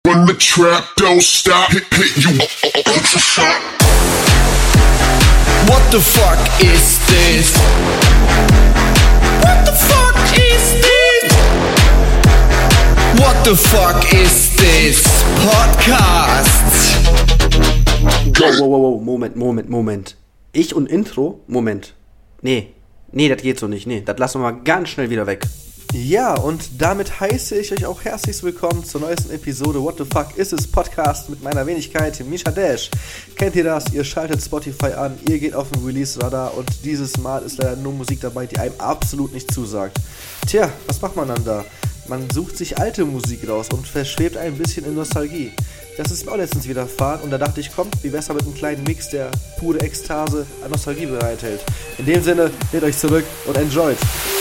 Run the trap, don't stop, hit you. What the fuck is this? What the fuck is this? What the fuck is this Podcast? Wow, Moment. Ich und Intro? Moment. Nee, das geht so nicht. Nee, das lassen wir mal ganz schnell wieder weg. Ja, und damit heiße ich euch auch herzlich willkommen zur neuesten Episode What the Fuck is this Podcast mit meiner Wenigkeit Misha Dash. Kennt ihr das? Ihr schaltet Spotify an, ihr geht auf den Release-Radar und dieses Mal ist leider nur Musik dabei, die einem absolut nicht zusagt. Tja, was macht man dann da? Man sucht sich alte Musik raus und verschwebt ein bisschen in Nostalgie. Das ist mir auch letztens widerfahren und da dachte ich, komm, wie besser mit einem kleinen Mix, der pure Ekstase an Nostalgie bereithält. In dem Sinne, lehnt euch zurück und enjoyt!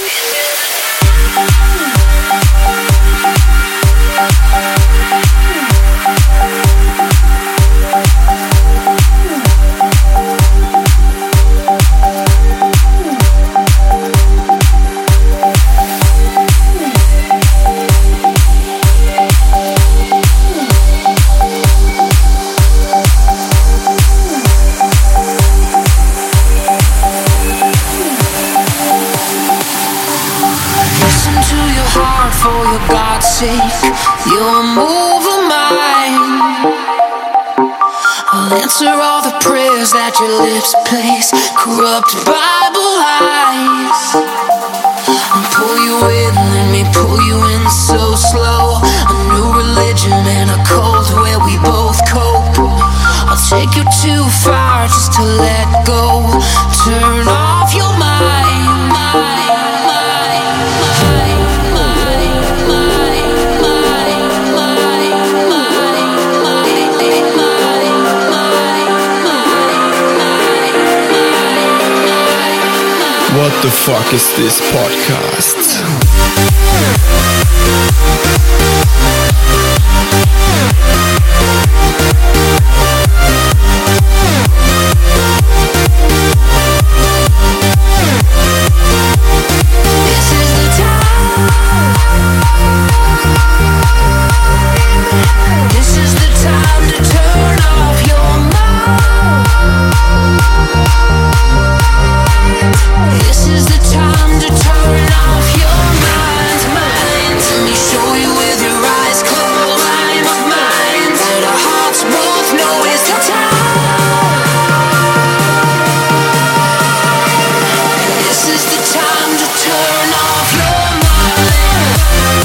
You'll move a mind. I'll answer all the prayers that your lips place. Corrupt Bible lies. I'll pull you in, let me pull you in so slow. A new religion and a cult where we both cope. I'll take you too far just to let go. Turn off your mind. What the fuck is this podcast? This is the time. This is the time to turn off your mind. This is the time to turn off your mind. Let me show you with your eyes closed. Time of mind that our hearts both know is the time. This is the time to turn off your mind.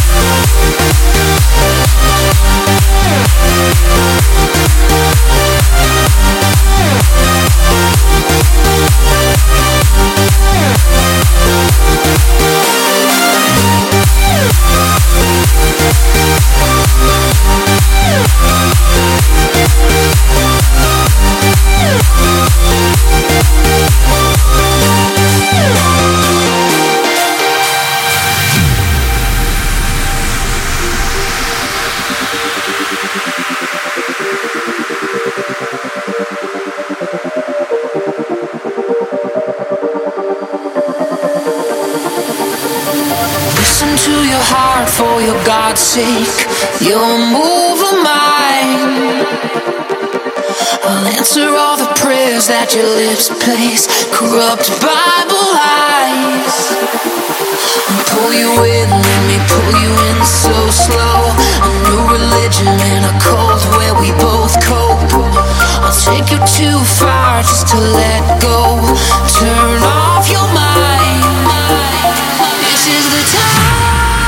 Listen to your heart for your God's sake. You'll move a mind. I'll answer all the prayers that your lips place. Corrupt Bible lies. I'll pull you in, let me pull you in so slow. A new religion and a cult where we both cope. I'll take you too far just to let go. Turn off your mind. This is the time.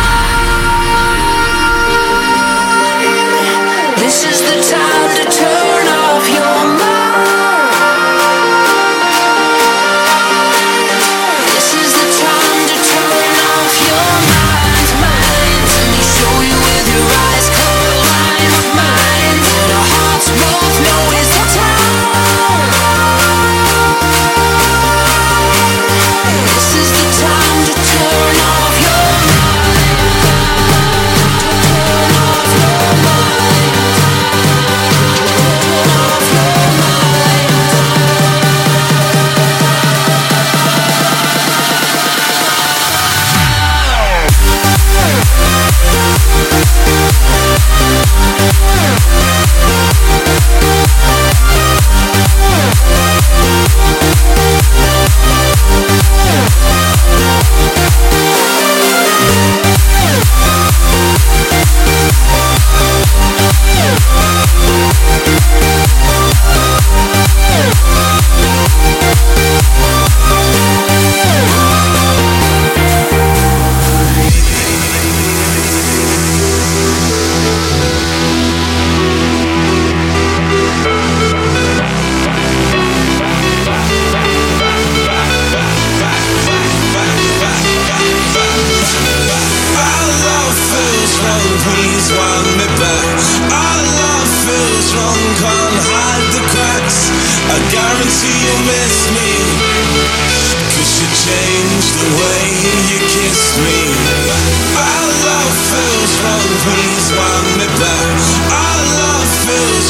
This is the time to turn off your mind. This is the time to turn off your mind. Let me show you with your eyes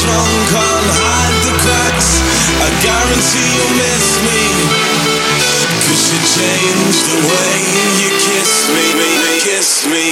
strong, can't hide the cracks. I guarantee you'll miss me, 'cause you changed the way you kiss me, kiss me.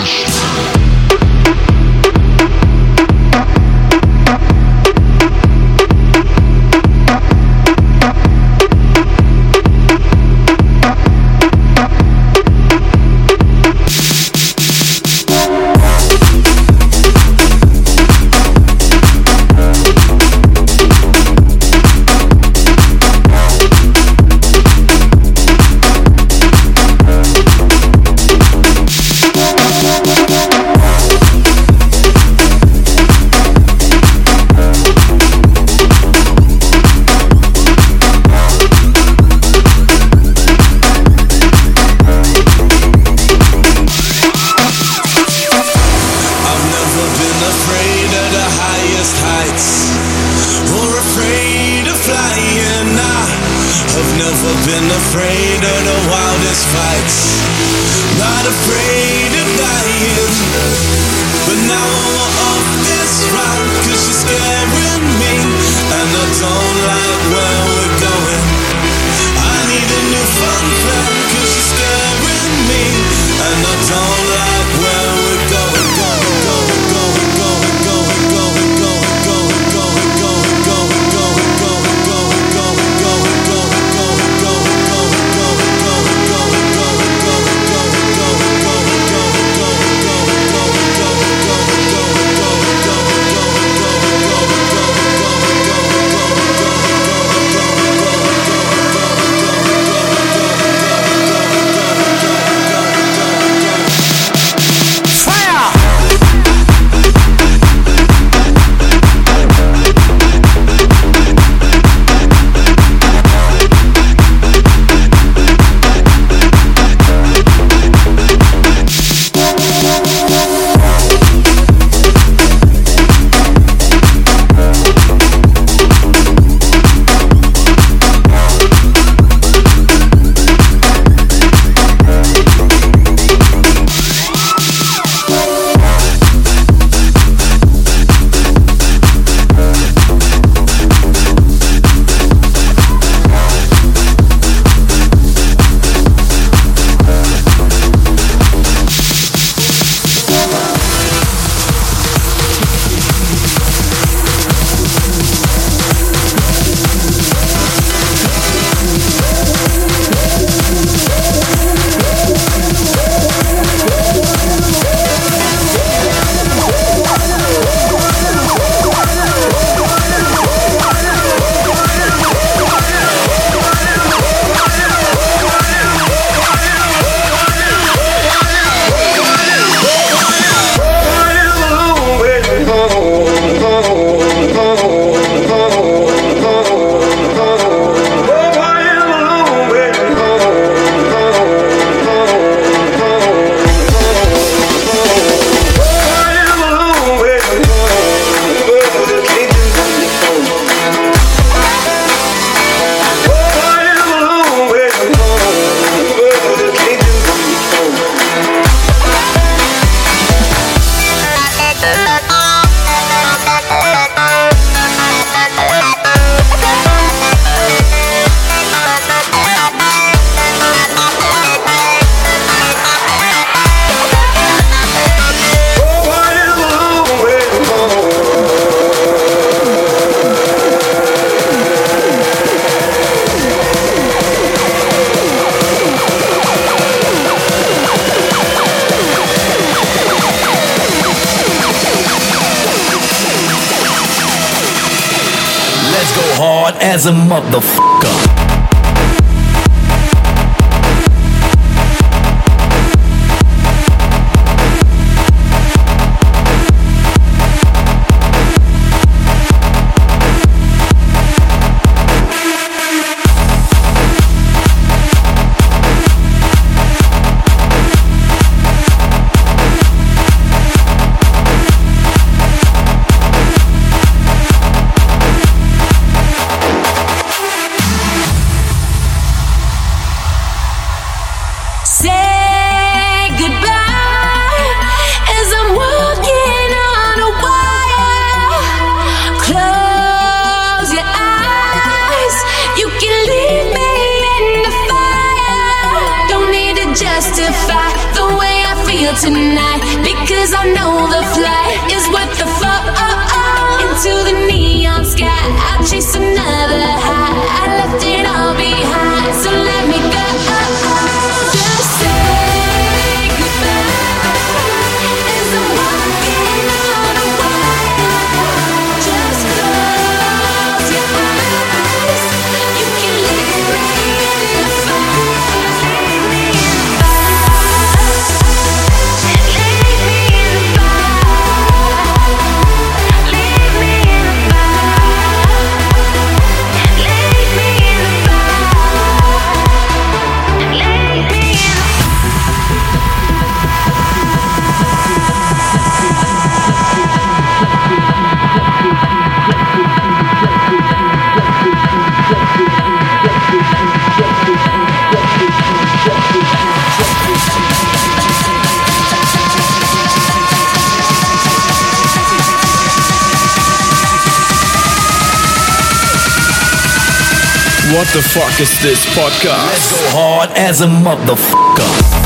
hard as a motherfucker. tonight, because I know the flight is worth the fall. Into the neon sky, I'll chase another high. I left it all behind, so let me go. Just say goodbye as I'm walking on a wire. Just close your eyes, you can leave me in the fire. Leave me in the fire. Leave me in the fire. Leave me in the fire. Leave me in the fire. Leave me in the What the fuck is this podcast? Let's go hard as a motherfucker.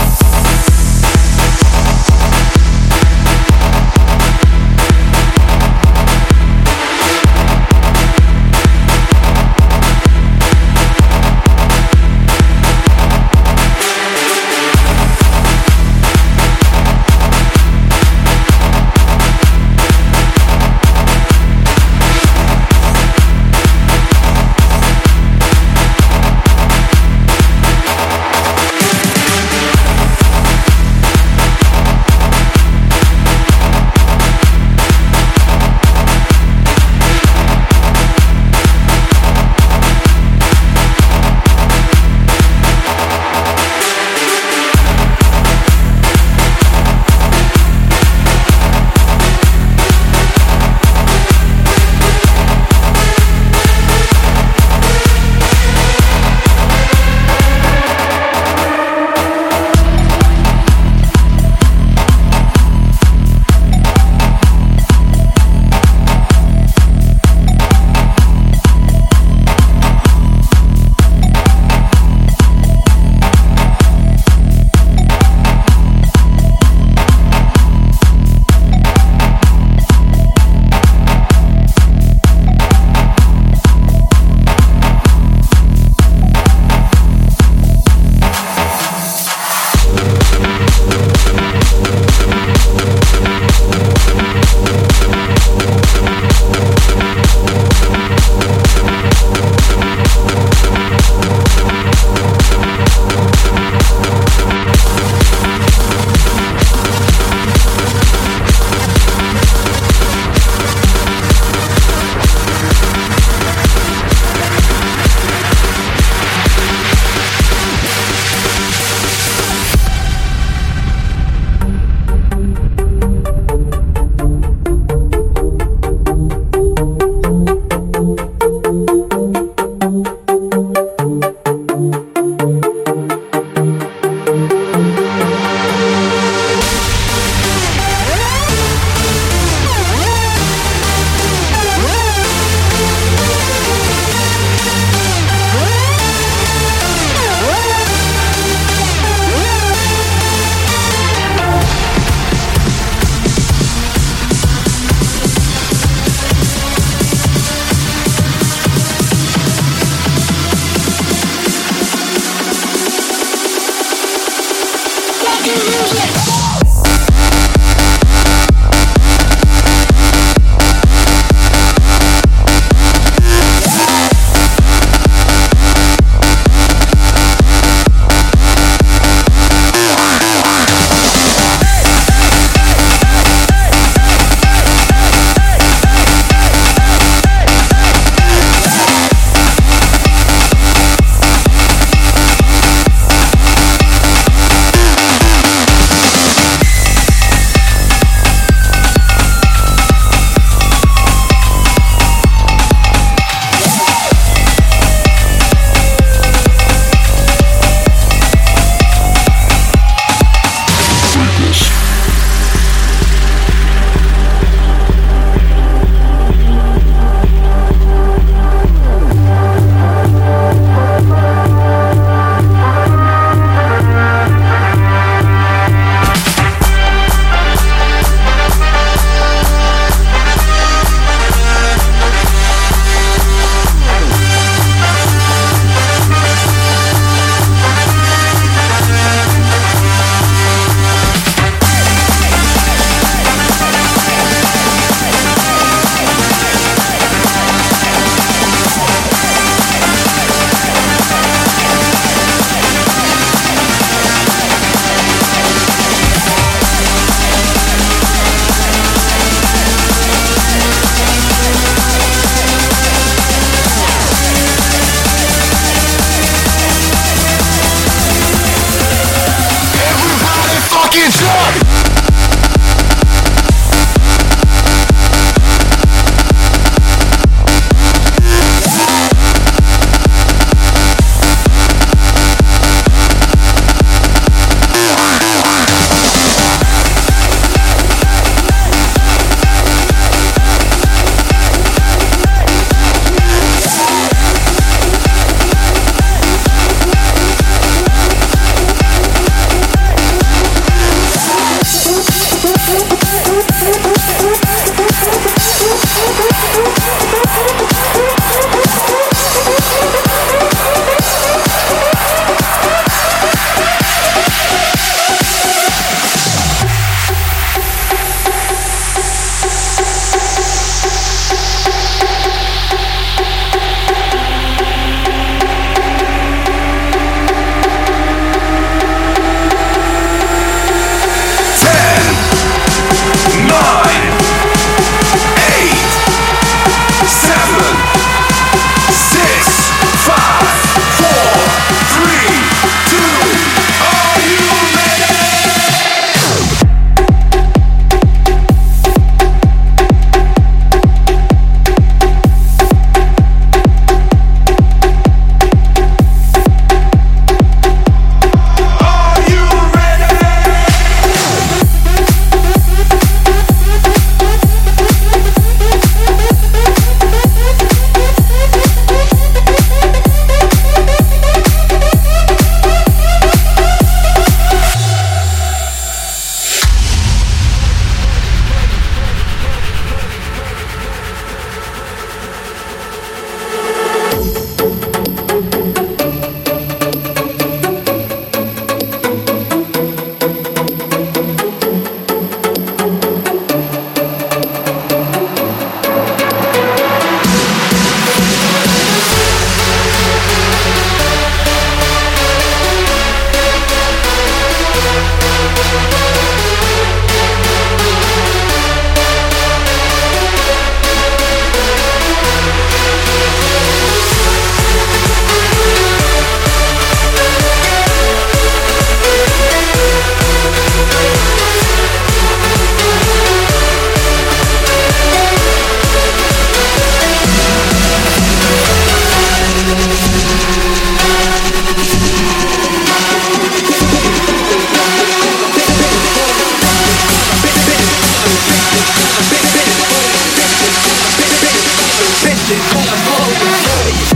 shit going forward for you.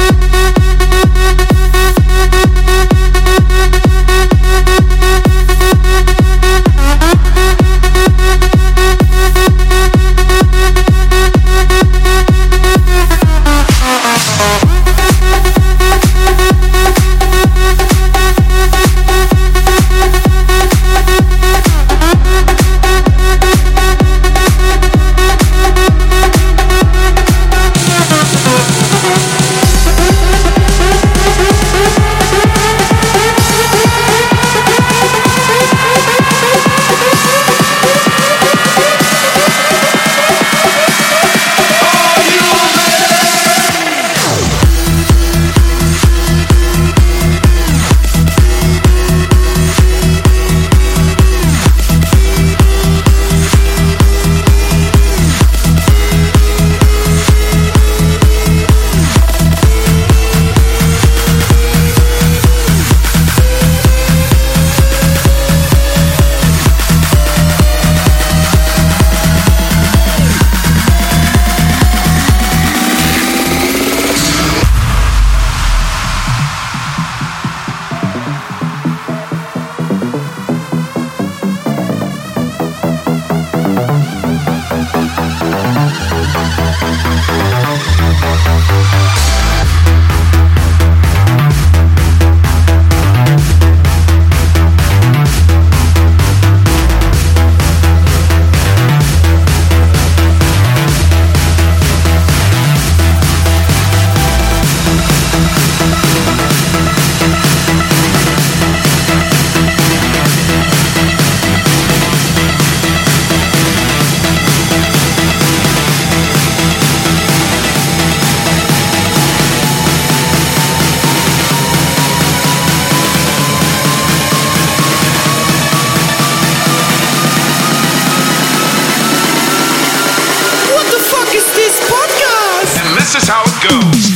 This is how it goes.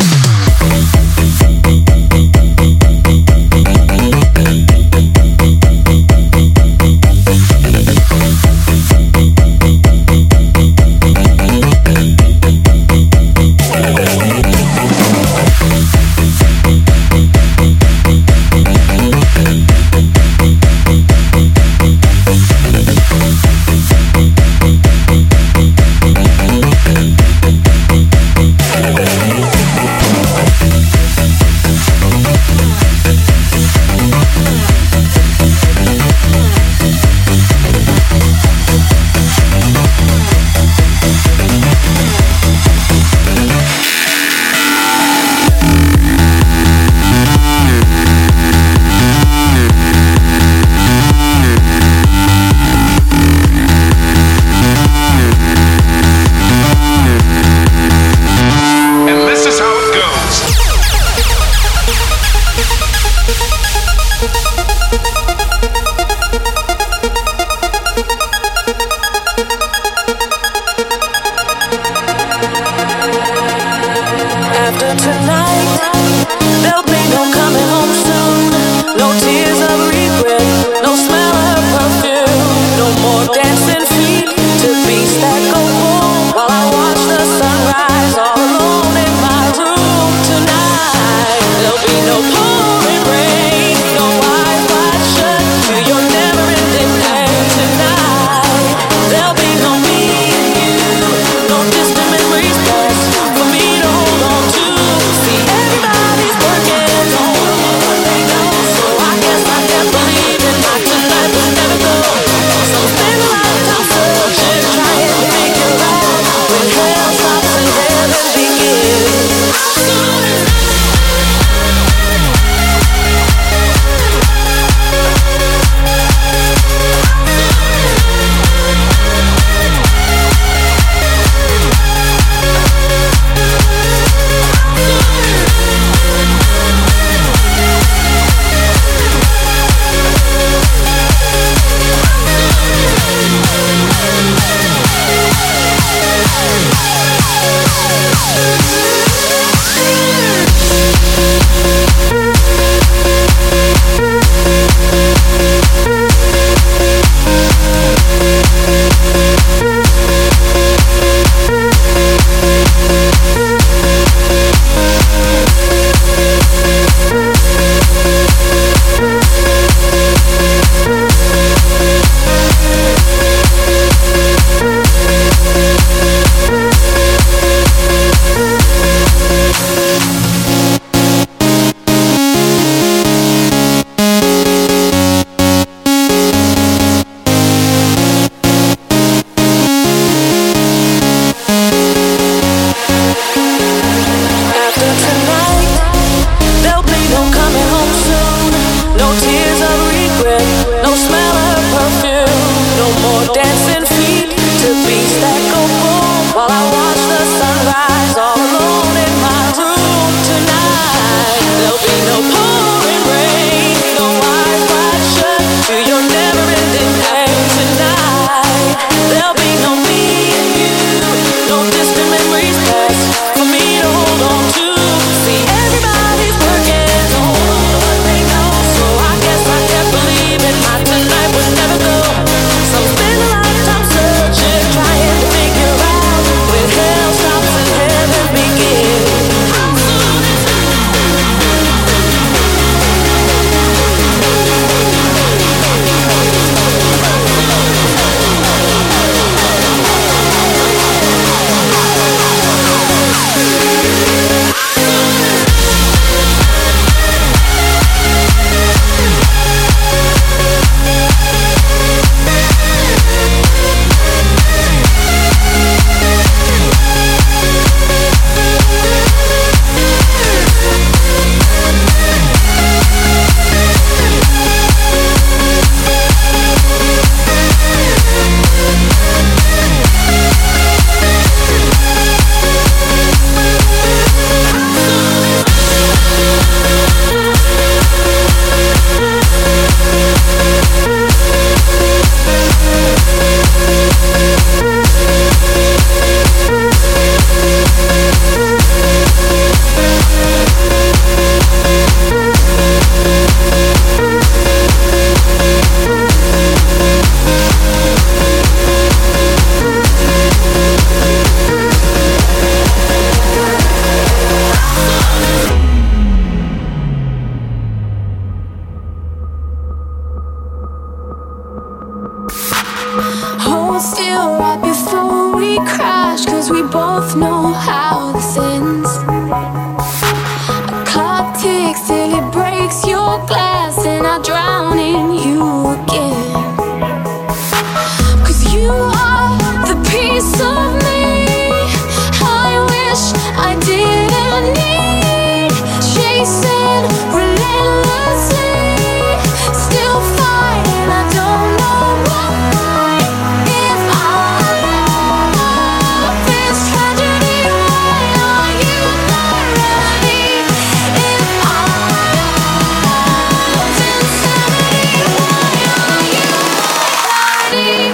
best for me to hold on to. See, everybody's working on what they know, so I guess I kept believing my tonight would never go. Some spend a lifetime searching, trying to figure out where hell stops and heaven begins. Hold still right before we crash, 'cause we both know how this ends. A clock ticks till it breaks your glass, and I drown in you again. 'Cause you are the piece of me I wish I didn't need. Chasing relentlessly, still fighting, I don't know why. If I love this tragedy, why are you my remedy? If I love insanity, why are you my clarity?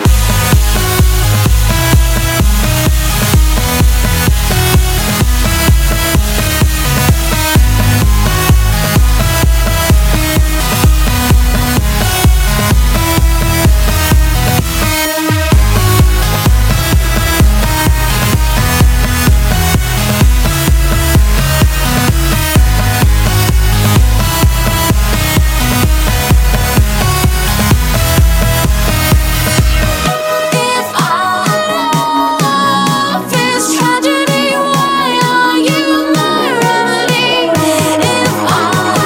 If I love this tragedy, why are you my remedy? If I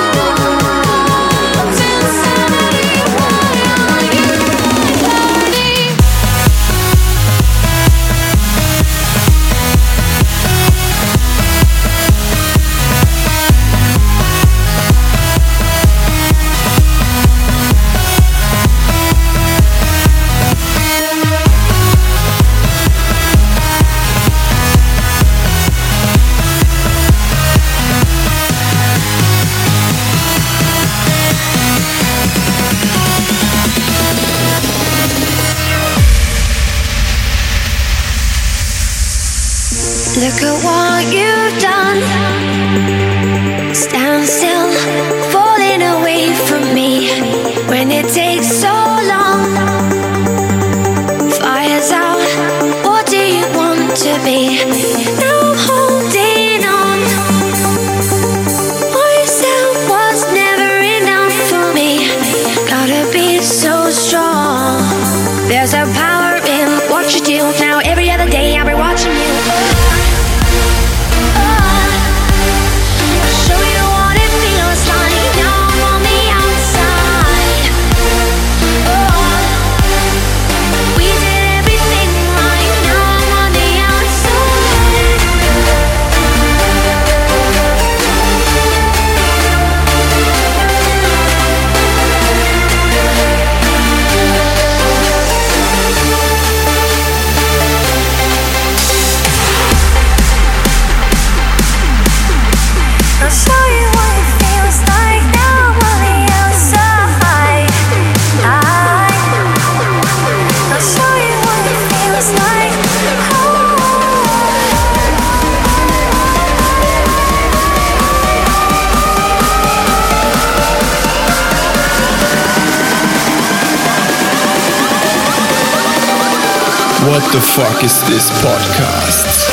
love insanity, why are you my clarity? Look at what you've done. Stand still, falling away from me. When it takes so long, fire's out. What do you want to be? Now I'm holding on. Myself was never enough for me. Gotta be so strong. There's a power in what you do. Now every other day I'll be watching you. Show you what it feels like. Now I'm on the outside. We did everything right. Now I'm on the outside. What the fuck is this podcast?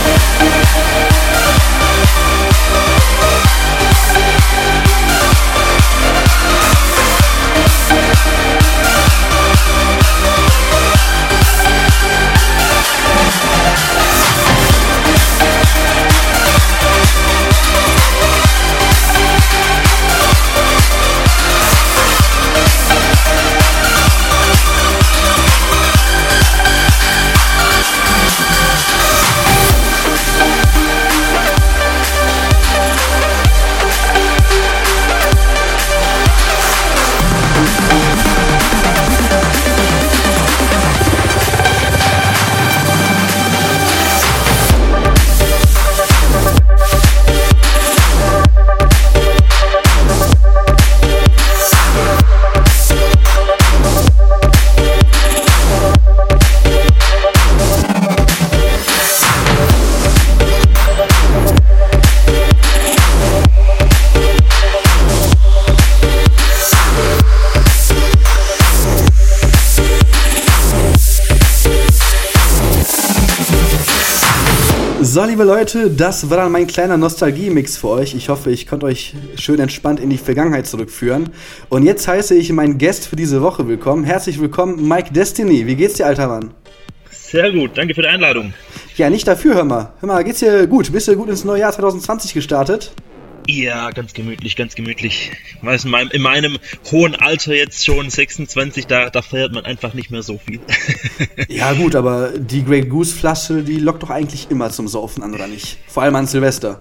So, liebe Leute, das war dann mein kleiner Nostalgie-Mix für euch. Ich hoffe, ich konnte euch schön entspannt in die Vergangenheit zurückführen. Und jetzt heiße ich meinen Gast für diese Woche willkommen. Herzlich willkommen, Mike Destiny. Wie geht's dir, alter Mann? Sehr gut, danke für die Einladung. Ja, nicht dafür, hör mal. Hör mal, geht's dir gut? Bist du gut ins neue Jahr 2020 gestartet? Ja, ganz gemütlich, ganz gemütlich. Ich weiß, in meinem hohen Alter jetzt schon, 26, da feiert man einfach nicht mehr so viel. Ja gut, aber die Grey Goose Flasche, die lockt doch eigentlich immer zum Saufen an, oder nicht? Vor allem an Silvester.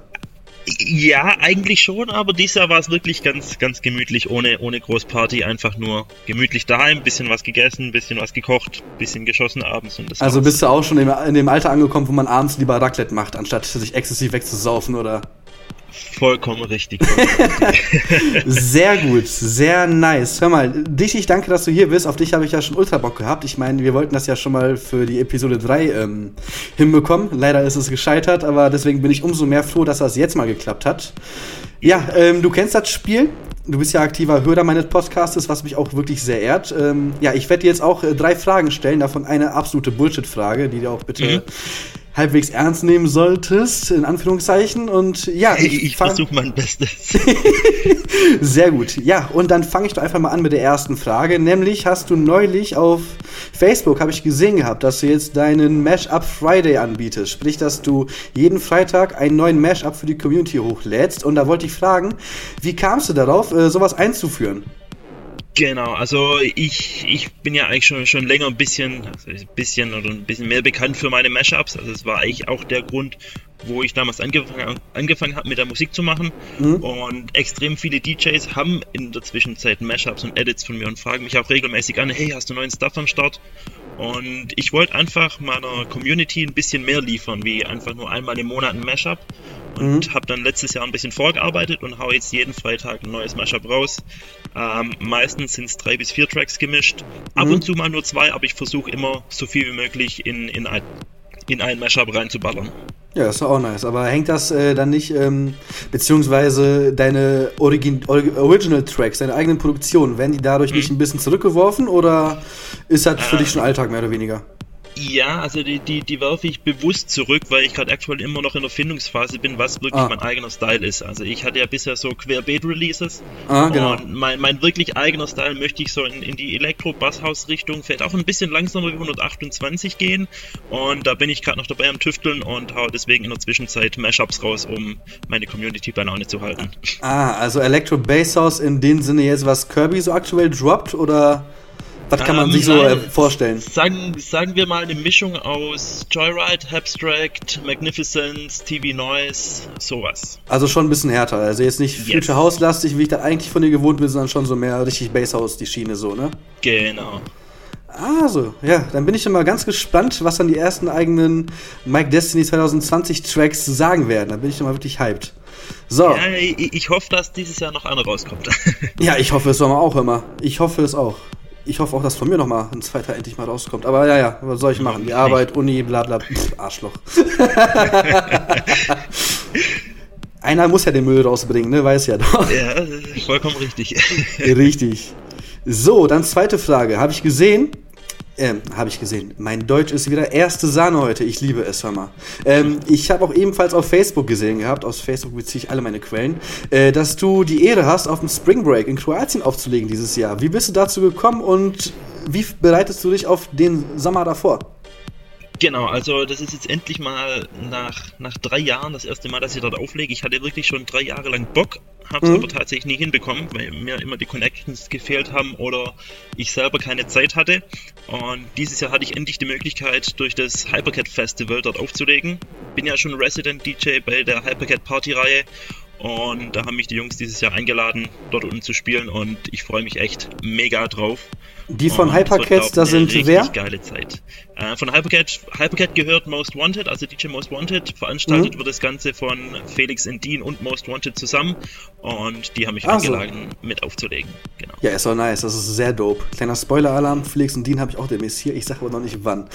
Ja, eigentlich schon, aber dieses Jahr war es wirklich ganz, ganz gemütlich, ohne Großparty, einfach nur gemütlich daheim, bisschen was gegessen, bisschen was gekocht, bisschen geschossen abends und das Also war's. bist du auch schon in dem Alter angekommen, wo man abends lieber Raclette macht, anstatt sich exzessiv wegzusaufen, oder? Vollkommen richtig. Sehr gut, sehr nice. Hör mal, ich danke, dass du hier bist. Auf dich habe ich ja schon ultra Bock gehabt. Ich meine, wir wollten das ja schon mal für die Episode 3 hinbekommen. Leider ist es gescheitert, aber deswegen bin ich umso mehr froh, dass das jetzt mal geklappt hat. Ja, du kennst das Spiel. Du bist ja aktiver Hörer meines Podcasts, was mich auch wirklich sehr ehrt. Ja, ich werde dir jetzt auch 3 Fragen stellen, davon eine absolute Bullshit-Frage, die dir auch bitte halbwegs ernst nehmen solltest, in Anführungszeichen. Und ja, ich versuche mein Bestes. Sehr gut. Ja, und dann fange ich doch einfach mal an mit der ersten Frage. Nämlich hast du neulich auf Facebook, habe ich gesehen gehabt, dass du jetzt deinen Mashup Friday anbietest. Sprich, dass du jeden Freitag einen neuen Mashup für die Community hochlädst. Und da wollte ich fragen, wie kamst du darauf, sowas einzuführen? Genau, also ich bin ja eigentlich schon länger ein bisschen mehr bekannt für meine Mashups. Also es war eigentlich auch der Grund, wo ich damals angefangen habe mit der Musik zu machen. Und extrem viele DJs haben in der Zwischenzeit Mashups und Edits von mir und fragen mich auch regelmäßig an, hey, hast du neuen Stuff am Start? Und ich wollte einfach meiner Community ein bisschen mehr liefern, wie einfach nur einmal im Monat ein Mashup. Und habe dann letztes Jahr ein bisschen vorgearbeitet und hau jetzt jeden Freitag ein neues Mashup raus. Meistens sind es 3 bis 4 Tracks gemischt. Ab und zu mal nur 2, aber ich versuche immer so viel wie möglich in ein Mashup reinzuballern. Ja, das ist auch nice. Aber hängt das dann nicht, beziehungsweise deine Original Tracks, deine eigenen Produktionen, werden die dadurch nicht ein bisschen zurückgeworfen oder ist das für dich schon Alltag mehr oder weniger? Ja, also die werfe ich bewusst zurück, weil ich gerade aktuell immer noch in der Findungsphase bin, was wirklich mein eigener Style ist. Also ich hatte ja bisher so Querbeet-Releases genau. Und mein wirklich eigener Style möchte ich so in die Elektro-Basshaus-Richtung, vielleicht auch ein bisschen langsamer wie 128 gehen. Und da bin ich gerade noch dabei am Tüfteln und hau deswegen in der Zwischenzeit Mashups raus, um meine Community bei Laune zu halten. Also Elektro-Basshaus in dem Sinne jetzt, was Kirby so aktuell droppt, oder was kann man sich so vorstellen? Sagen wir mal eine Mischung aus Joyride, Abstract, Magnificence, TV Noise, sowas. Also schon ein bisschen härter. Also jetzt nicht Future House-lastig, wie ich das eigentlich von dir gewohnt bin, sondern schon so mehr richtig Basshouse, die Schiene so, ne? Genau. Also, ja, dann bin ich schon mal ganz gespannt, was dann die ersten eigenen Mike Destiny 2020 Tracks sagen werden. Da bin ich schon mal wirklich hyped. So. Ja, ich hoffe, dass dieses Jahr noch einer rauskommt. Ja, ich hoffe es doch mal auch immer. Ich hoffe es auch. Ich hoffe auch, dass von mir noch mal ein zweiter endlich mal rauskommt. Aber ja, was soll ich machen? Die Arbeit, Uni, bla bla, Arschloch. Einer muss ja den Müll rausbringen, ne? Weiß ja doch. Ja, vollkommen richtig. Richtig. So, dann zweite Frage. Habe ich gesehen, Habe ich gesehen. Mein Deutsch ist wieder erste Sahne heute. Ich liebe es, hör mal. Ich habe auch ebenfalls auf Facebook gesehen gehabt, aus Facebook beziehe ich alle meine Quellen, dass du die Ehre hast, auf dem Spring Break in Kroatien aufzulegen dieses Jahr. Wie bist du dazu gekommen und wie bereitest du dich auf den Sommer davor? Genau, also das ist jetzt endlich mal nach 3 Jahren das erste Mal, dass ich dort auflege. Ich hatte wirklich schon 3 Jahre lang Bock, habe es aber tatsächlich nie hinbekommen, weil mir immer die Connections gefehlt haben oder ich selber keine Zeit hatte. Und dieses Jahr hatte ich endlich die Möglichkeit, durch das Hypercat Festival dort aufzulegen. Bin ja schon Resident DJ bei der Hypercat Party-Reihe. Und da haben mich die Jungs dieses Jahr eingeladen, dort unten zu spielen und ich freue mich echt mega drauf. Die von Hypercats, das sind wer? Richtig geile Zeit. Von Hypercat gehört Most Wanted, also DJ Most Wanted. Veranstaltet wird das Ganze von Felix Indin und Most Wanted zusammen und die haben mich eingeladen, mit aufzulegen. Genau. Ja, ist doch nice, das ist sehr dope. Kleiner Spoiler-Alarm, Felix Indin habe ich auch demnächst hier, ich sage aber noch nicht wann.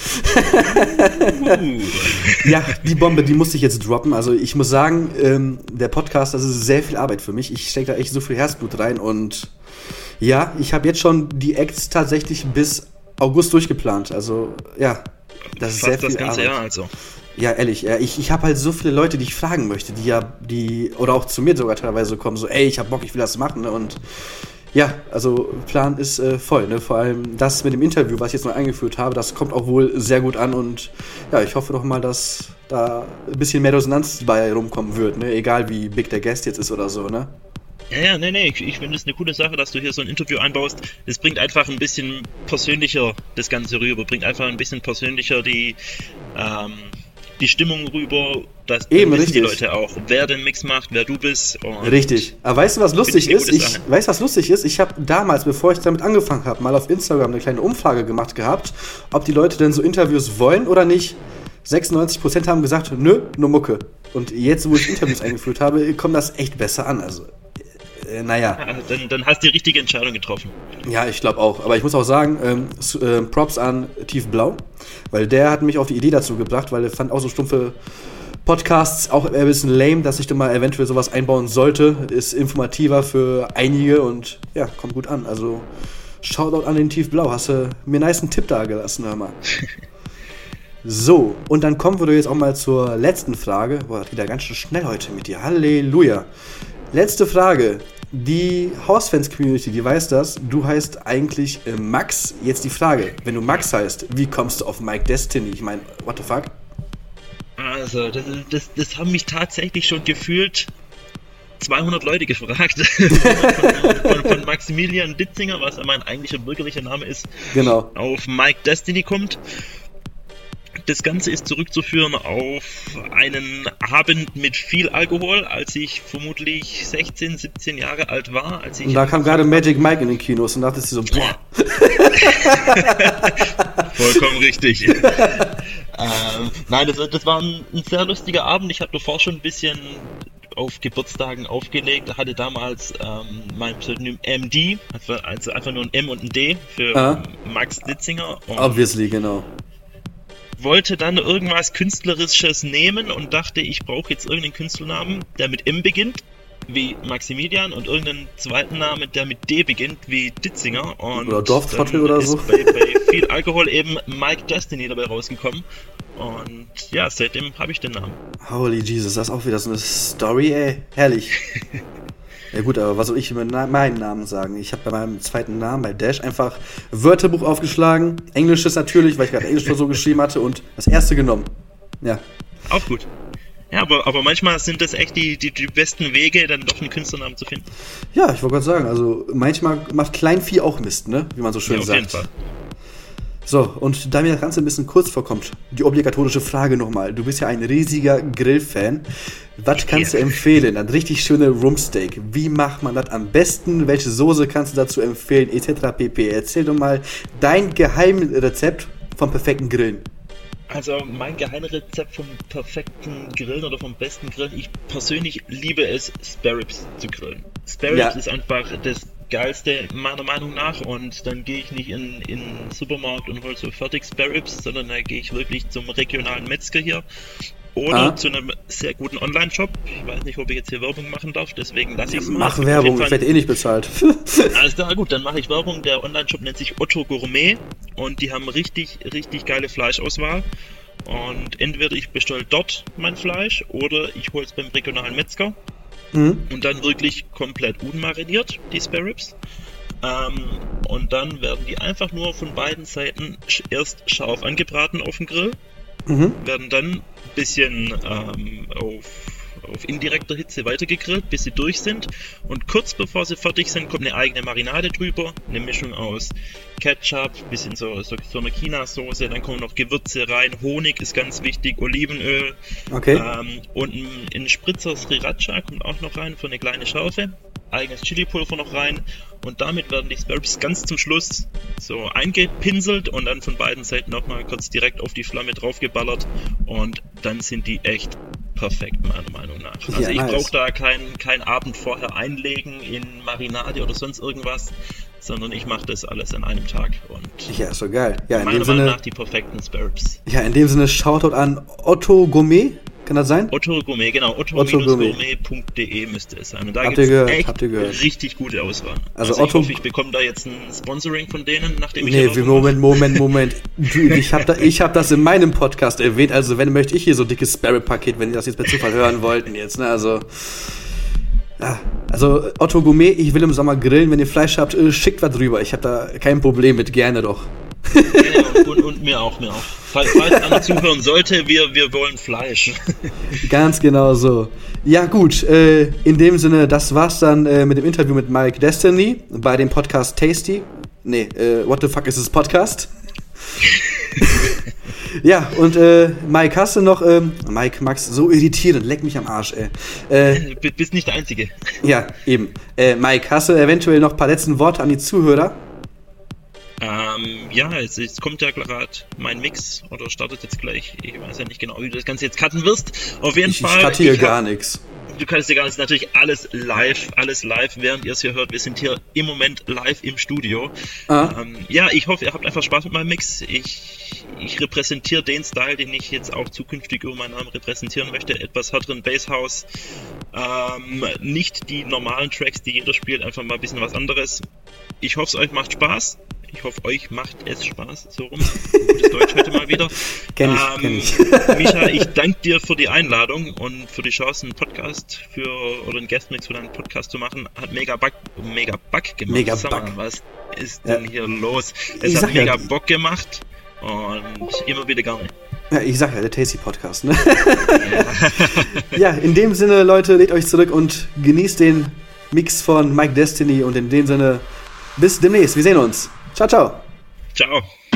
Ja, die Bombe, die musste ich jetzt droppen. Also ich muss sagen, der Podcast, das ist sehr viel Arbeit für mich. Ich stecke da echt so viel Herzblut rein und ja, ich habe jetzt schon die Acts tatsächlich bis August durchgeplant. Also ja, das ist sehr viel das ganze Arbeit. Jahr also. Ja, ehrlich, ich habe halt so viele Leute, die ich fragen möchte, die oder auch zu mir sogar teilweise kommen, so ey, ich hab Bock, ich will das machen, ne? Und ja, also Plan ist voll, ne? Vor allem das mit dem Interview, was ich jetzt noch eingeführt habe, das kommt auch wohl sehr gut an und ja, ich hoffe doch mal, dass da ein bisschen mehr Resonanz bei rumkommen wird, ne? Egal wie big der Guest jetzt ist oder so, ne? Ja, nee, ich finde es eine coole Sache, dass du hier so ein Interview einbaust. Das bringt einfach ein bisschen persönlicher das Ganze rüber, bringt einfach ein bisschen persönlicher die Stimmung rüber, dass eben, wissen die Leute auch, wer den Mix macht, wer du bist. Und richtig. Aber weißt du, was lustig ist? Ich habe damals, bevor ich damit angefangen habe, mal auf Instagram eine kleine Umfrage gemacht gehabt, ob die Leute denn so Interviews wollen oder nicht. 96% haben gesagt, nö, nur Mucke. Und jetzt, wo ich Interviews eingeführt habe, kommt das echt besser an. Also, naja. Dann hast du die richtige Entscheidung getroffen. Ja, ich glaube auch. Aber ich muss auch sagen, Props an Tiefblau, weil der hat mich auf die Idee dazu gebracht, weil er fand auch so stumpfe Podcasts auch ein bisschen lame, dass ich da mal eventuell sowas einbauen sollte. Ist informativer für einige und ja, kommt gut an. Also Shoutout an den Tiefblau. Hast du mir einen nicen Tipp da gelassen, hör mal. So, und dann kommen wir jetzt auch mal zur letzten Frage. Boah, das geht ja ganz schön schnell heute mit dir. Halleluja. Letzte Frage. Die Housefans-Community, die weiß das. Du heißt eigentlich Max. Jetzt die Frage. Wenn du Max heißt, wie kommst du auf Mike Destiny? Ich meine, what the fuck? Also, das haben mich tatsächlich schon gefühlt 200 Leute gefragt. von Maximilian Ditzinger, was ja mein eigentlicher bürgerlicher Name ist, genau, auf Mike Destiny kommt. Das Ganze ist zurückzuführen auf einen Abend mit viel Alkohol, als ich vermutlich 16, 17 Jahre alt war. Und da kam gerade Magic Mike in den Kinos und dachtest du so, boah. Vollkommen richtig. Nein, das war ein sehr lustiger Abend. Ich habe davor schon ein bisschen auf Geburtstagen aufgelegt, hatte damals mein Pseudonym MD, also einfach nur ein M und ein D für Max Ditzinger. Obviously, genau. Wollte dann irgendwas Künstlerisches nehmen und dachte, ich brauche jetzt irgendeinen Künstlernamen, der mit M beginnt, wie Maximilian, und irgendeinen zweiten Namen, der mit D beginnt, wie Ditzinger. Und oder Dorftrottel oder so. Bei viel Alkohol eben Mike Destiny dabei rausgekommen. Und ja, seitdem habe ich den Namen. Holy Jesus, das ist auch wieder so eine Story, ey. Herrlich. Ja gut, aber was soll ich über meinen Namen sagen? Ich habe bei meinem zweiten Namen, bei Dash, einfach Wörterbuch aufgeschlagen. Englisches natürlich, weil ich gerade Englisch so geschrieben hatte und das erste genommen. Ja. Auch gut. Ja, aber manchmal sind das echt die besten Wege, dann doch einen Künstlernamen zu finden. Ja, ich wollte gerade sagen, also manchmal macht Kleinvieh auch Mist, ne? Wie man so schön ja, auf sagt. Jeden Fall. So, und da mir das Ganze ein bisschen kurz vorkommt, die obligatorische Frage nochmal. Du bist ja ein riesiger Grillfan. Was kannst du empfehlen? Ein richtig schöne Rumpsteak. Wie macht man das am besten? Welche Soße kannst du dazu empfehlen? Etc. pp. Erzähl doch mal dein Geheimrezept vom perfekten Grillen. Also mein Geheimrezept vom perfekten Grillen oder vom besten Grillen, ich persönlich liebe es, Spare Ribs zu grillen. Spare Ribs ist einfach das Geilste meiner Meinung nach, und dann gehe ich nicht in den Supermarkt und hole so fertig Spare Ribs, sondern da gehe ich wirklich zum regionalen Metzger hier oder zu einem sehr guten Online-Shop. Ich weiß nicht, ob ich jetzt hier Werbung machen darf, deswegen lasse ich es mal. Mach Werbung, ich werde eh nicht bezahlt. Alles klar, gut, dann mache ich Werbung. Der Online-Shop nennt sich Otto Gourmet und die haben richtig, richtig geile Fleischauswahl. Und entweder ich bestelle dort mein Fleisch oder ich hole es beim regionalen Metzger und dann wirklich komplett unmariniert, die Spare Ribs. Und dann werden die einfach nur von beiden Seiten erst scharf angebraten auf dem Grill, werden dann ein bisschen auf indirekter Hitze weitergegrillt, bis sie durch sind. Und kurz bevor sie fertig sind, kommt eine eigene Marinade drüber, eine Mischung aus Ketchup, bisschen so eine China-Soße, dann kommen noch Gewürze rein, Honig ist ganz wichtig, Olivenöl, und ein Spritzer Sriracha kommt auch noch rein für eine kleine Schärfe, eigenes Chili-Pulver noch rein und damit werden die Spare Ribs ganz zum Schluss so eingepinselt und dann von beiden Seiten nochmal kurz direkt auf die Flamme draufgeballert und dann sind die echt perfekt, meiner Meinung nach. Also ich brauche da kein Abend vorher einlegen in Marinade oder sonst irgendwas, sondern ich mache das alles an einem Tag. Und ja, so geil. Ja, meiner Meinung nach die perfekten Spare Ribs. Ja, in dem Sinne Shoutout an Otto Gourmet. Kann das sein? Otto Gourmet, genau. Otto-gourmet.de müsste es sein. Und da gibt es echt richtig gute Auswahl. Also ich hoffe, ich bekomme da jetzt ein Sponsoring von denen, nachdem ich... Nee, Moment. Ich hab das in meinem Podcast erwähnt, also wenn möchte ich hier so ein dickes Spare-Paket, wenn ihr das jetzt per Zufall hören wollten jetzt, ne, also... Ja, also Otto Gourmet, ich will im Sommer grillen, wenn ihr Fleisch habt, schickt was drüber, ich habe da kein Problem mit, gerne doch. Genau, und mir auch. Falls einer zuhören sollte, wir wollen Fleisch. Ganz genau so. Ja gut, in dem Sinne, das war's dann mit dem Interview mit Mike Destiny bei dem Podcast Tasty. Nee, What the fuck is this Podcast? Ja, und Mike, hast du noch... Mike, Max, so irritierend, leck mich am Arsch, ey. Du bist nicht der Einzige. Ja, eben. Mike, hast du eventuell noch ein paar letzten Worte an die Zuhörer? Ja, es kommt ja gerade mein Mix oder startet jetzt gleich. Ich weiß ja nicht genau, wie du das Ganze jetzt cutten wirst. Auf jeden Fall. Ich cutte hier gar nichts. Du kannst dir gar nichts, natürlich alles live, während ihr es hier hört. Wir sind hier im Moment live im Studio. Ja, ich hoffe, ihr habt einfach Spaß mit meinem Mix. Ich repräsentiere den Style, den ich jetzt auch zukünftig über meinen Namen repräsentieren möchte. Etwas härteren Basshouse. Nicht die normalen Tracks, die jeder spielt, einfach mal ein bisschen was anderes. Ich hoffe, es euch macht Spaß. Ich hoffe, euch macht es Spaß, so rum. Gutes Deutsch heute mal wieder. Kenn ich. Micha, ich danke dir für die Einladung und für die Chance, einen Podcast oder einen Guestmix für deinen Podcast zu machen. Hat mega Bock gemacht. Sag mal, was ist denn hier los? Es hat mega Bock gemacht und immer wieder gerne. Ja, ich sag ja, der Tasty Podcast, ne? Ja, in dem Sinne, Leute, lehnt euch zurück und genießt den Mix von Mike Destiny und in dem Sinne, bis demnächst. Wir sehen uns. Ciao, ciao. Ciao.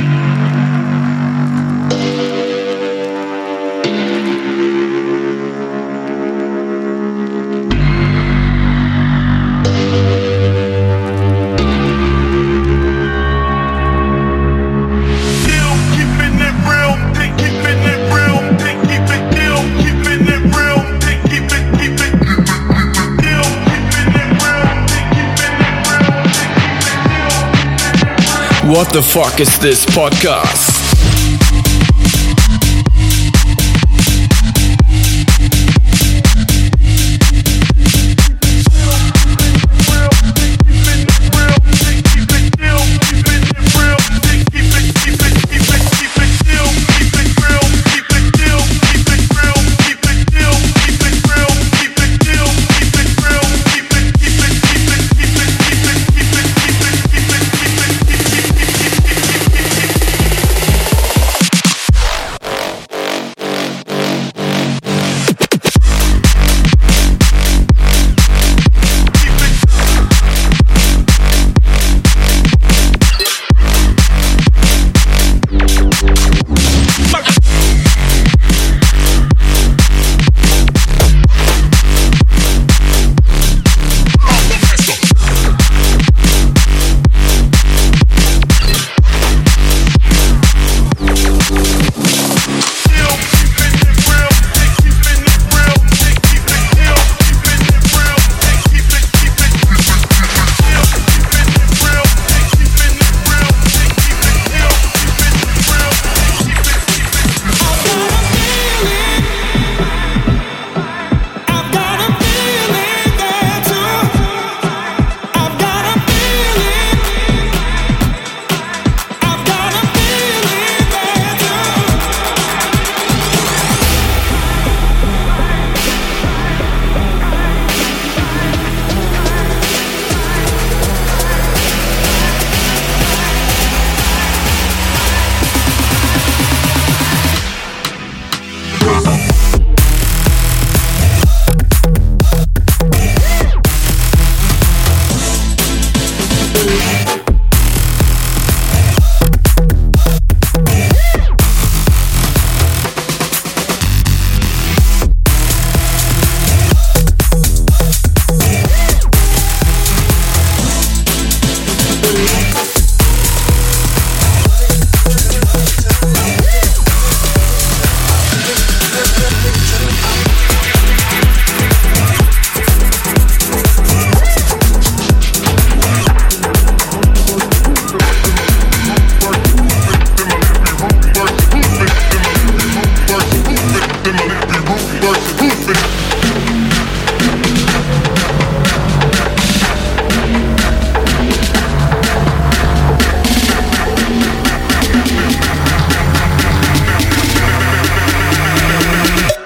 What the fuck is this podcast?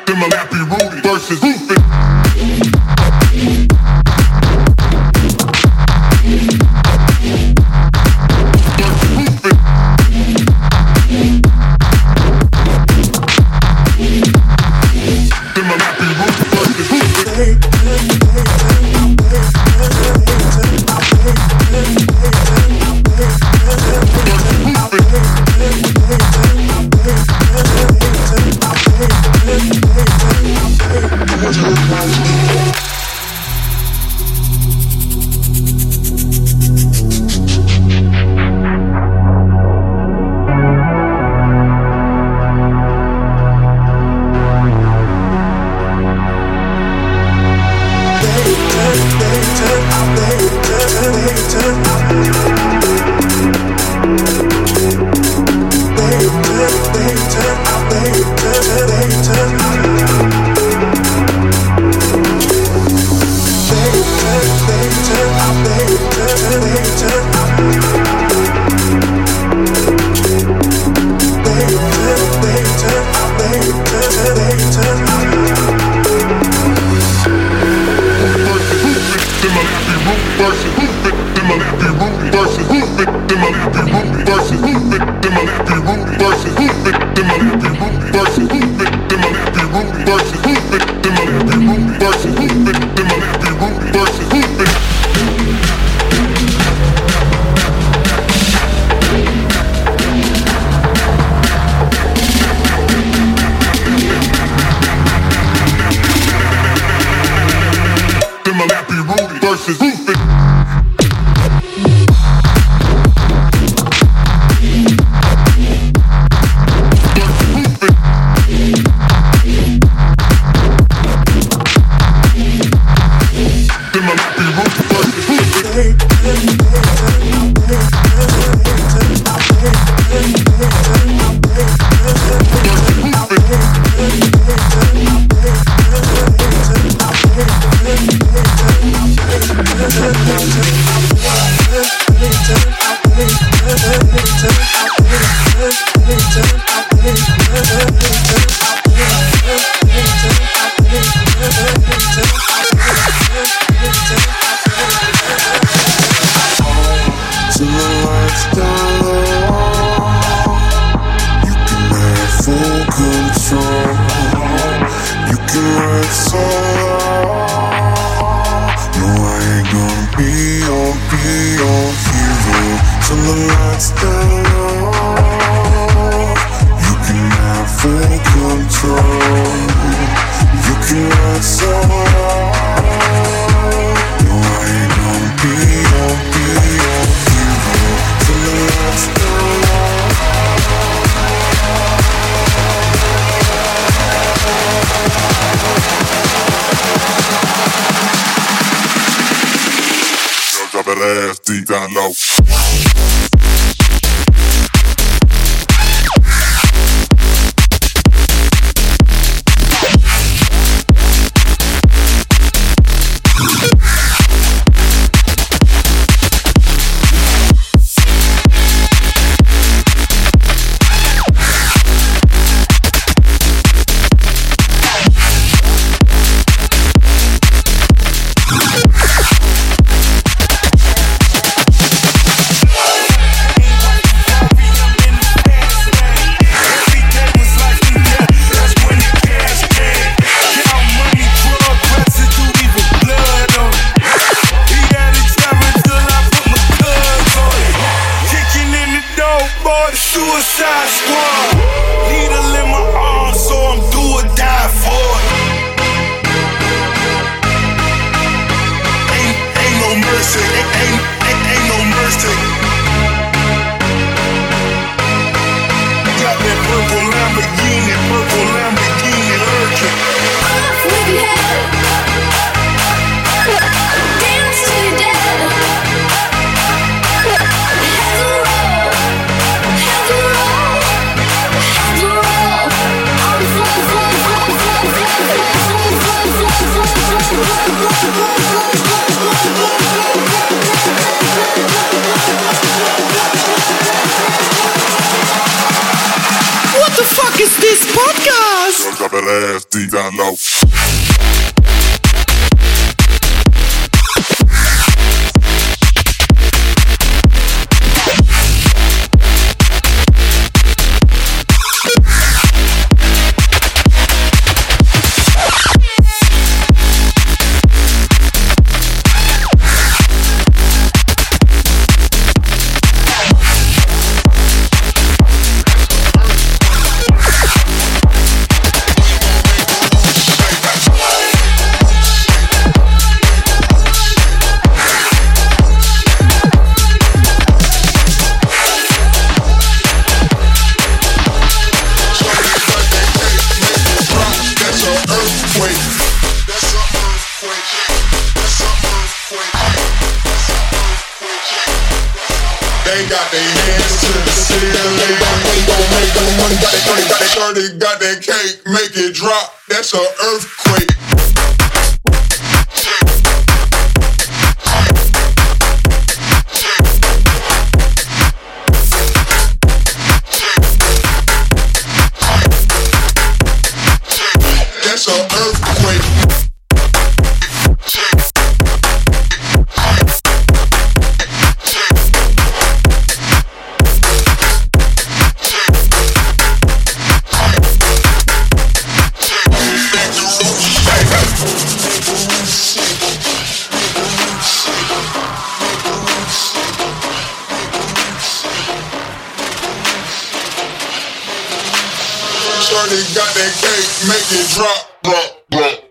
then my nappy Rudy versus Rufus. Drop that ass deep. down low. They got their hands to the ceiling. We gon' make them money. Got that 30, got that cake, make it drop. That's an earthquake. That's an earthquake. Shorty got that cake, make it drop, drop, drop.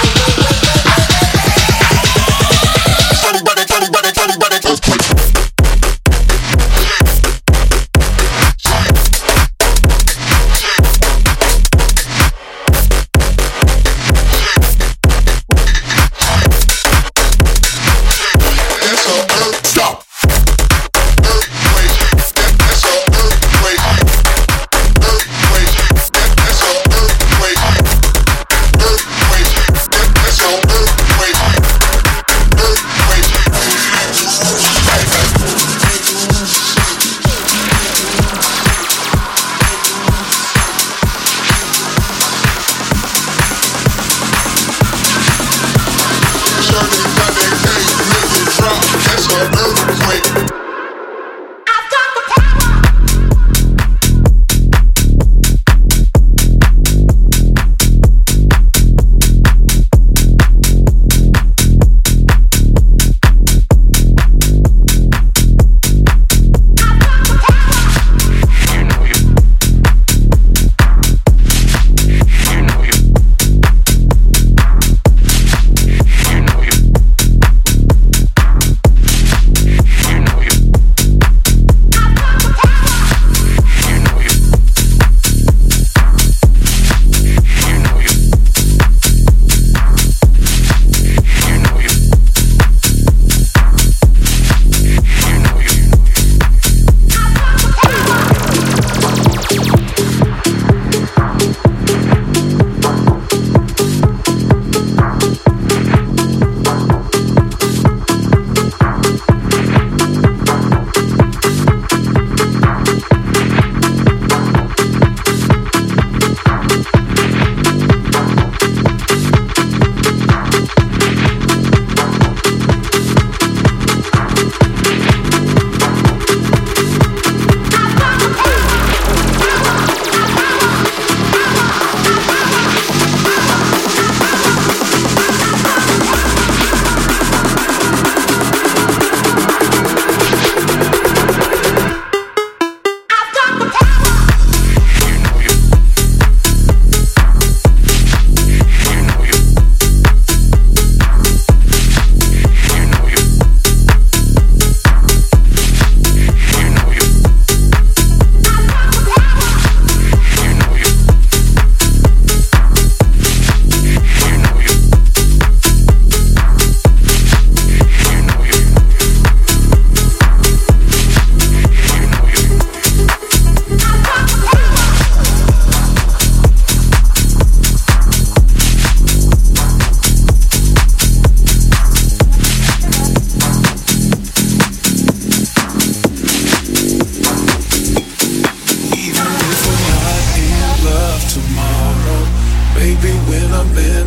Earthquake.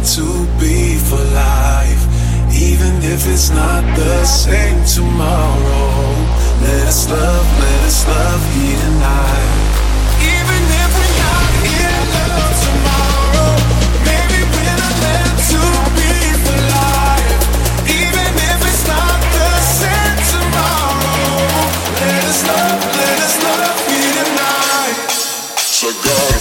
to be for life. Even if it's not the same tomorrow, let us love here tonight. Even if we're not in love tomorrow, maybe we're not meant to be for life. Even if it's not the same tomorrow, let us love here tonight. So God.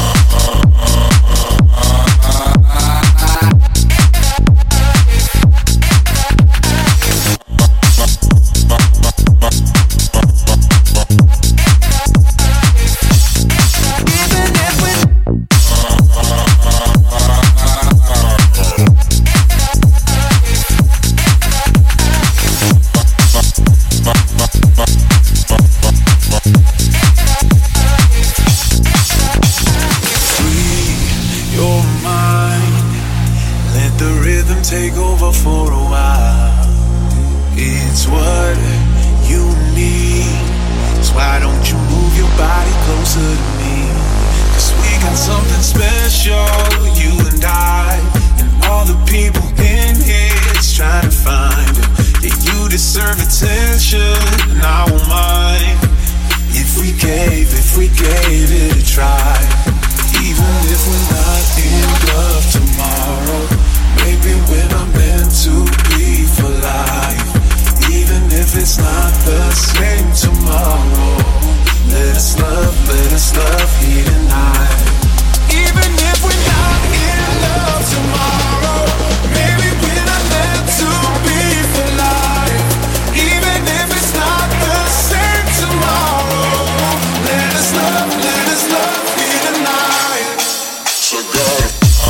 Take over for a while. It's what you need. So why don't you move your body closer to me? 'Cause we got something special, you and I, and all the people in here is trying to find it. Yeah, you deserve attention, and I won't mind if we gave it a try. Even if we're not in love tomorrow, maybe we're not meant to be for life. Even if it's not the same tomorrow, let us love here tonight. Even if we're not in love tomorrow, maybe we're not meant to be for life. Even if it's not the same tomorrow, let us love here tonight. So God.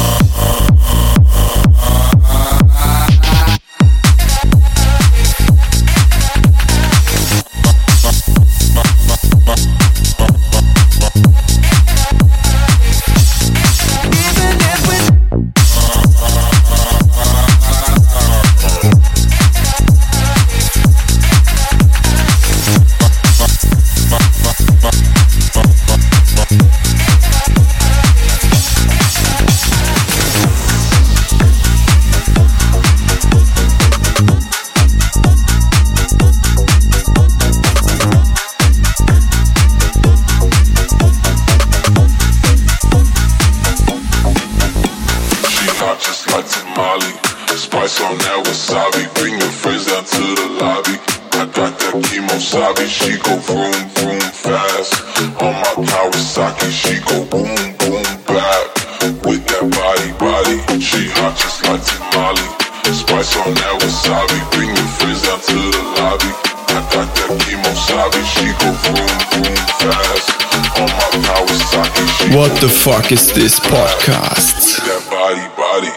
She go vroom, vroom fast. On my Kawasaki, she go boom, boom back. With that body, she hot just like tamale. Spice on that wasabi, bring your friends down to the lobby. I got that Kimosabi, she go vroom, vroom fast. On my Kawasaki, she What the fuck is this podcast? With that body.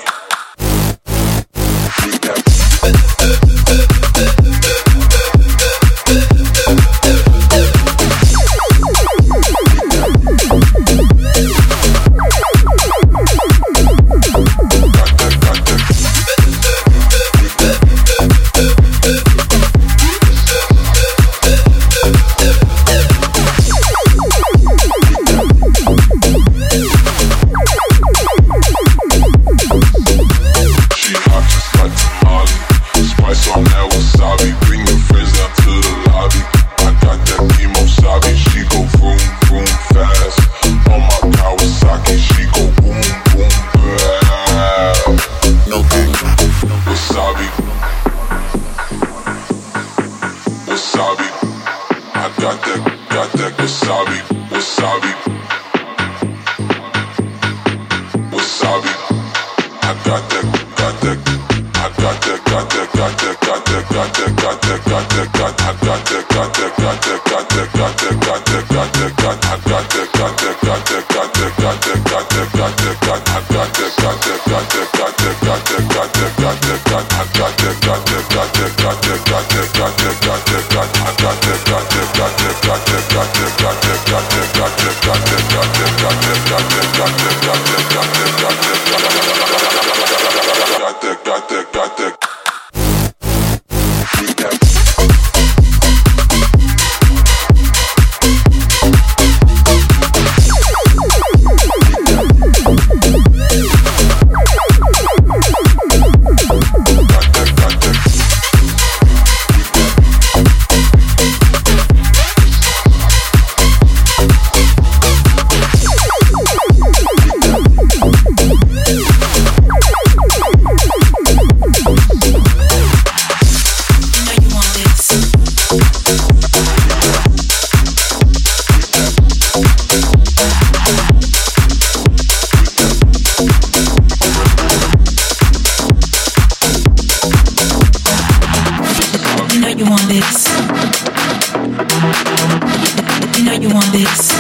want this.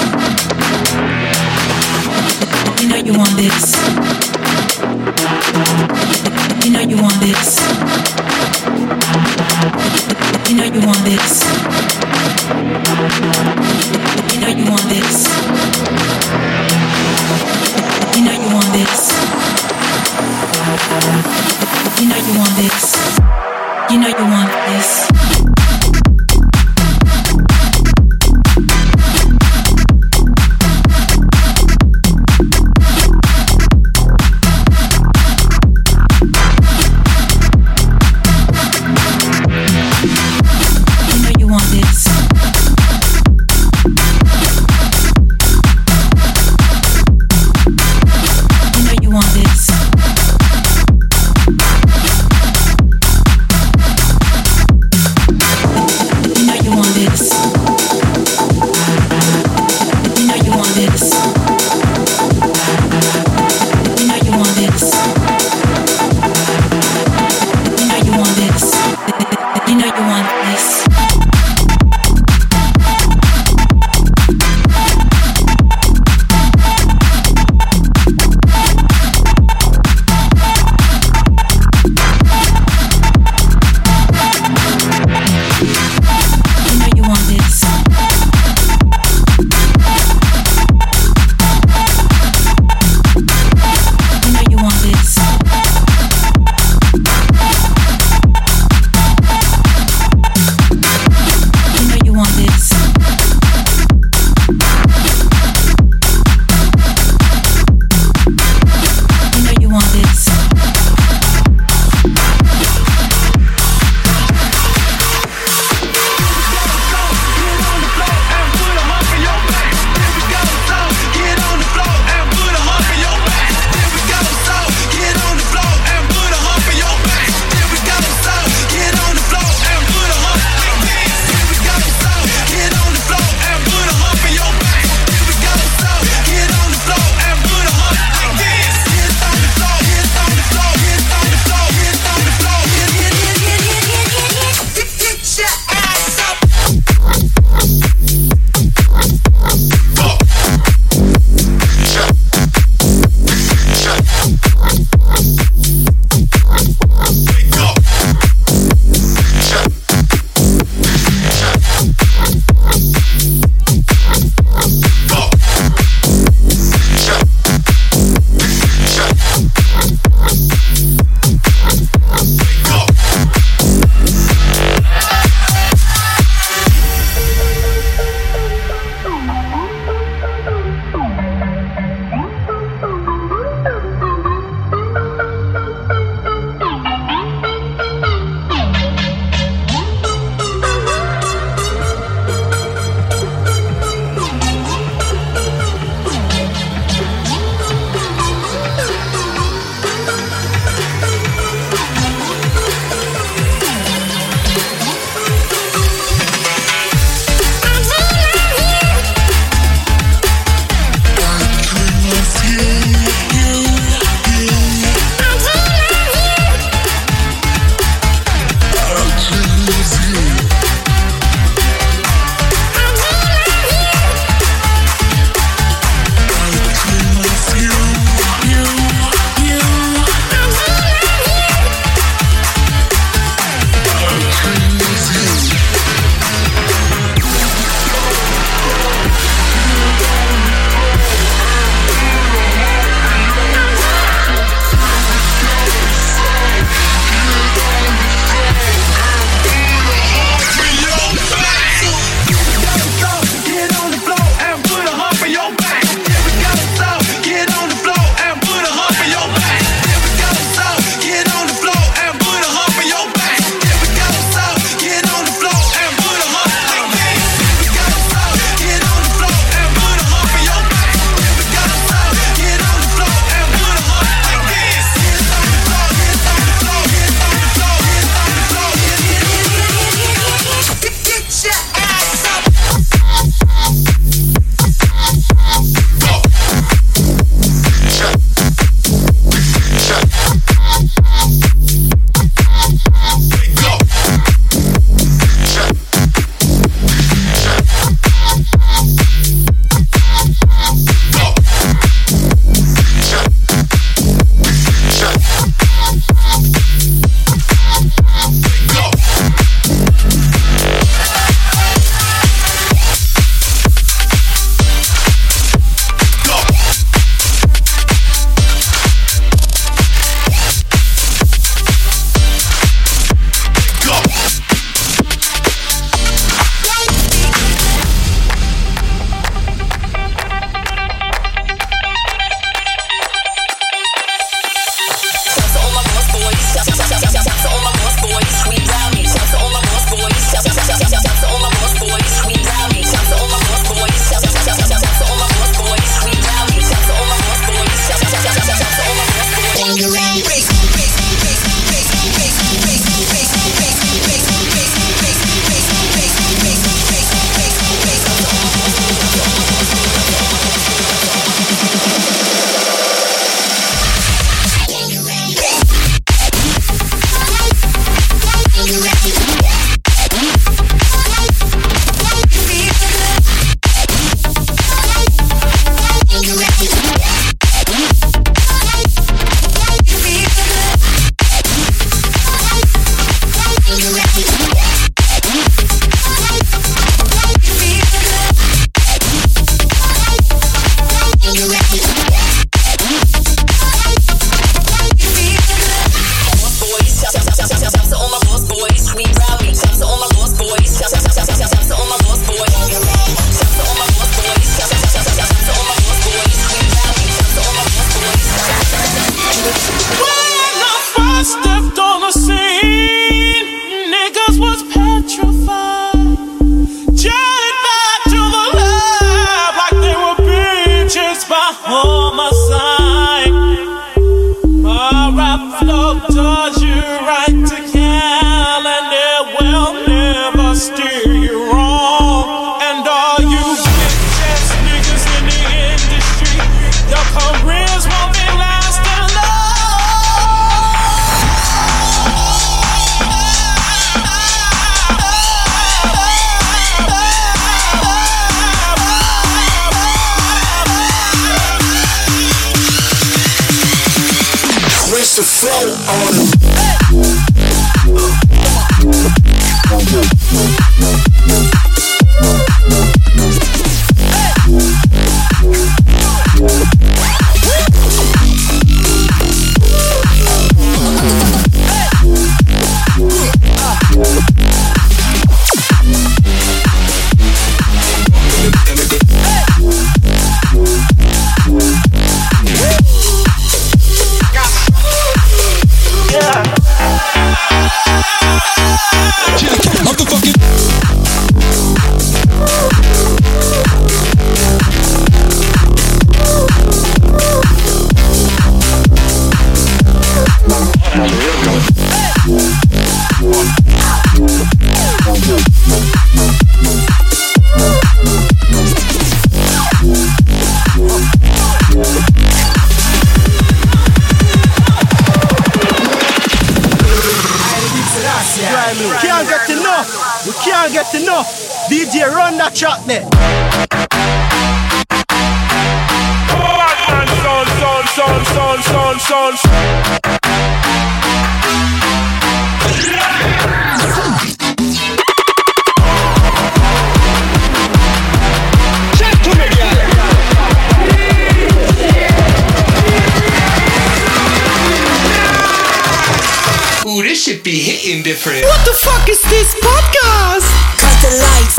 You know you want this. You know you want this. You know you want this. You know you want this. You know you want this. You know you want this. You know you want this. You know you want this. It's the flow on them. We can't get enough. DJ, run that track there. Ooh, this should be hitting different. What the fuck is this podcast? Cut the lights.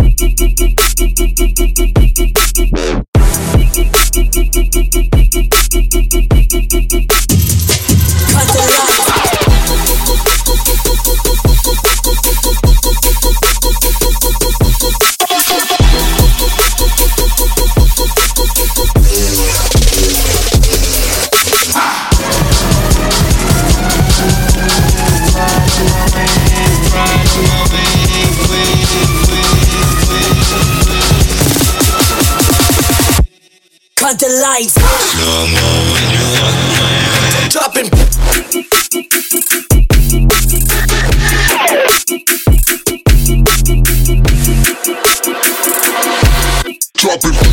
Cut the lights. Cut the lights. No more when you want my Dropping. Drop it.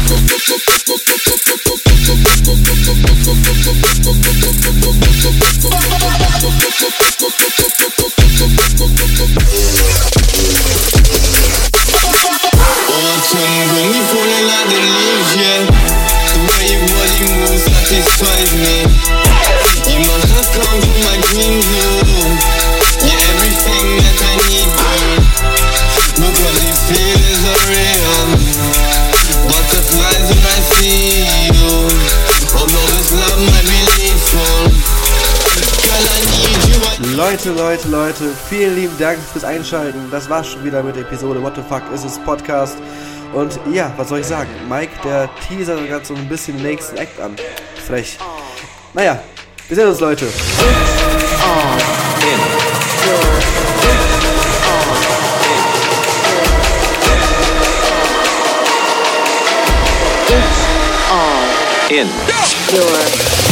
Autumn got me falling like the leaves, yeah. The way your body moves satisfies me. You must have come from my dreams, oh. You're everything that I need, girl. Because these feelings are real. Butterflies when I see you. Although this love might be lethal. Girl, I need you. Leute, vielen lieben Dank fürs Einschalten. Das war's schon wieder mit der Episode What the Fuck Is This Podcast. Und ja, was soll ich sagen? Mike, der teasert gerade so ein bisschen den nächsten Act an. Frech. Naja, wir sehen uns, Leute. In your